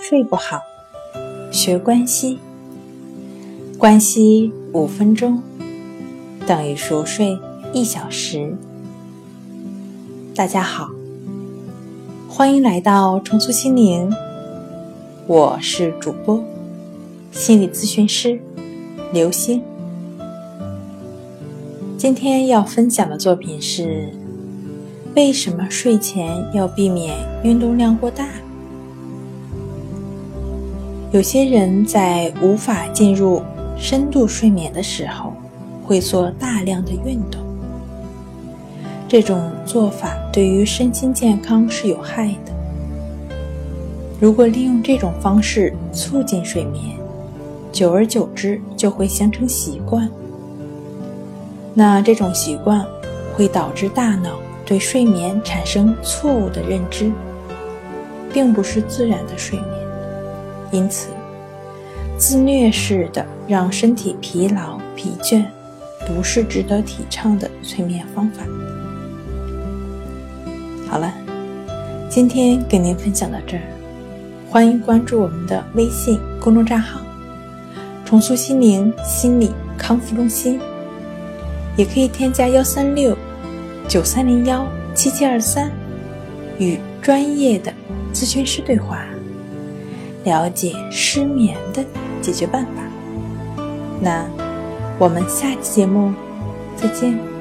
睡不好，学关息。关息5分钟等于熟睡1小时。大家好，欢迎来到重塑心灵，我是主播心理咨询师刘星。今天要分享的作品是为什么睡前要避免运动量过大？有些人在无法进入深度睡眠的时候，会做大量的运动。这种做法对于身心健康是有害的。如果利用这种方式促进睡眠，久而久之就会形成习惯。那这种习惯会导致大脑对睡眠产生错误的认知，并不是自然的睡眠。因此，自虐式的让身体疲劳疲倦，不是值得提倡的催眠方法。好了，今天跟您分享到这儿，欢迎关注我们的微信公众账号重塑心灵心理康复中心，也可以添加136-9301-7723与专业的咨询师对话，了解失眠的解决办法。那我们下期节目再见。